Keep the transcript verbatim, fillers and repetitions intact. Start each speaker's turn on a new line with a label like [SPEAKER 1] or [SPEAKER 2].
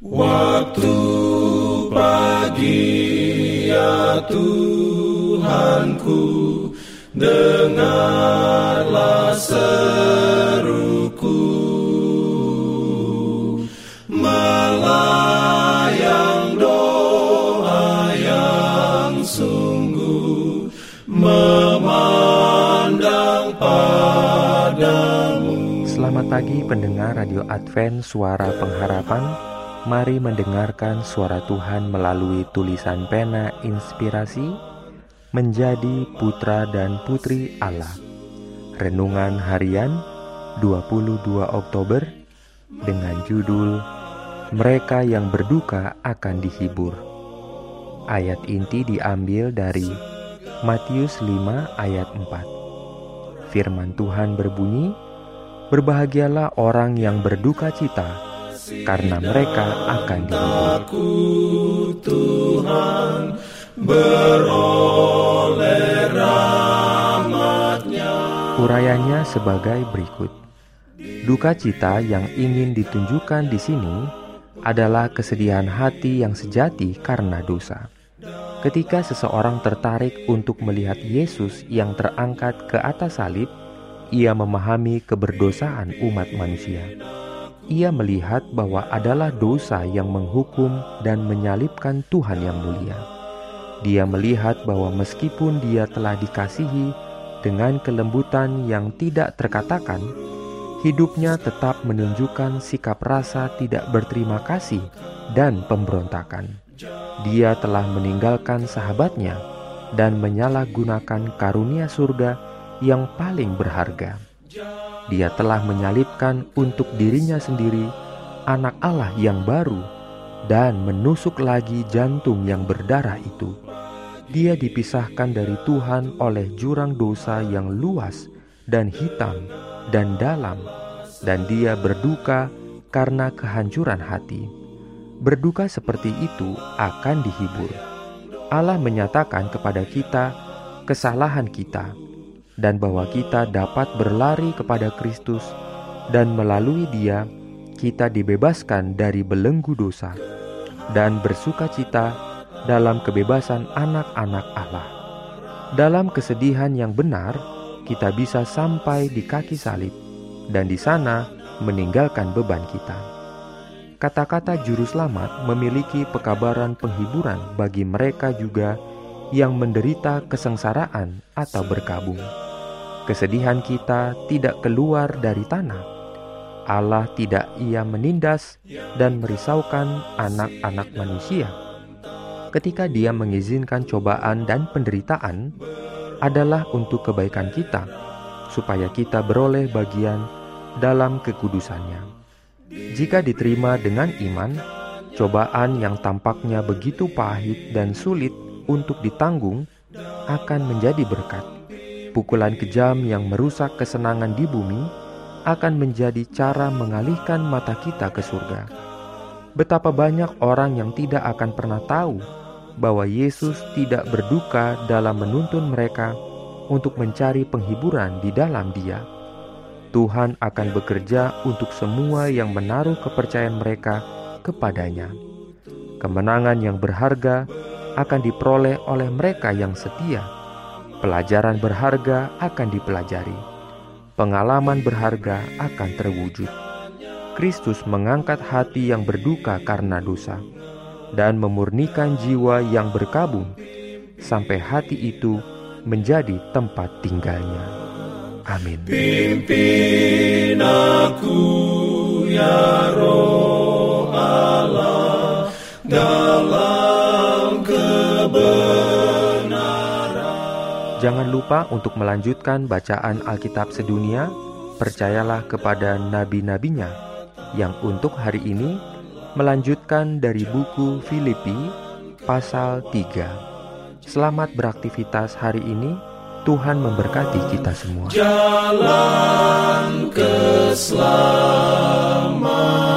[SPEAKER 1] Waktu pagi ya Tuhanku, dengarlah seruku, melayang doa yang sungguh, memandang padamu.
[SPEAKER 2] Selamat pagi pendengar Radio Advent Suara Pengharapan. Mari mendengarkan suara Tuhan melalui tulisan pena inspirasi menjadi putra dan putri Allah. Renungan harian dua puluh dua Oktober dengan judul Mereka yang berduka akan dihibur. Ayat inti diambil dari Matius lima ayat empat. Firman Tuhan berbunyi, "Berbahagialah orang yang berduka cita, karena mereka akan dihibur."
[SPEAKER 1] Tuhan beroleh rahmat-Nya.
[SPEAKER 2] Urayanya sebagai berikut. Duka cita yang ingin ditunjukkan di sini adalah kesedihan hati yang sejati karena dosa. Ketika seseorang tertarik untuk melihat Yesus yang terangkat ke atas salib, ia memahami keberdosaan umat manusia. Ia melihat bahwa adalah dosa yang menghukum dan menyalibkan Tuhan yang mulia. Dia melihat bahwa meskipun dia telah dikasihi dengan kelembutan yang tidak terkatakan, hidupnya tetap menunjukkan sikap rasa tidak berterima kasih dan pemberontakan. Dia telah meninggalkan sahabatnya dan menyalahgunakan karunia surga yang paling berharga. Dia telah menyalibkan untuk dirinya sendiri anak Allah yang baru dan menusuk lagi jantung yang berdarah itu. Dia dipisahkan dari Tuhan oleh jurang dosa yang luas dan hitam dan dalam, dan dia berduka karena kehancuran hati. Berduka seperti itu akan dihibur. Allah menyatakan kepada kita kesalahan kita, dan bahwa kita dapat berlari kepada Kristus, dan melalui Dia kita dibebaskan dari belenggu dosa dan bersukacita dalam kebebasan anak-anak Allah. Dalam kesedihan yang benar, kita bisa sampai di kaki salib dan di sana meninggalkan beban kita. Kata-kata juru selamat memiliki pekabaran penghiburan bagi mereka juga yang menderita kesengsaraan atau berkabung. Kesedihan kita tidak keluar dari tanah. Allah tidak ia menindas dan merisaukan anak-anak manusia. Ketika Dia mengizinkan cobaan dan penderitaan, adalah untuk kebaikan kita, supaya kita beroleh bagian dalam kekudusannya. Jika diterima dengan iman, cobaan yang tampaknya begitu pahit dan sulit untuk ditanggung akan menjadi berkat. Pukulan kejam yang merusak kesenangan di bumi akan menjadi cara mengalihkan mata kita ke surga. Betapa banyak orang yang tidak akan pernah tahu bahwa Yesus tidak berduka dalam menuntun mereka untuk mencari penghiburan di dalam Dia. Tuhan akan bekerja untuk semua yang menaruh kepercayaan mereka kepadanya. Kemenangan yang berharga akan diperoleh oleh mereka yang setia. Pelajaran berharga akan dipelajari. Pengalaman berharga akan terwujud. Kristus mengangkat hati yang berduka karena dosa dan memurnikan jiwa yang berkabung sampai hati itu menjadi tempat tinggalnya. Amin.
[SPEAKER 1] Pimpin aku ya Roh Allah dalam kebenaran.
[SPEAKER 2] Jangan lupa untuk melanjutkan bacaan Alkitab sedunia. Percayalah kepada nabi-nabinya, yang untuk hari ini melanjutkan dari buku Filipi pasal tiga. Selamat beraktivitas hari ini. Tuhan memberkati kita semua.
[SPEAKER 1] Jalan keselamatan.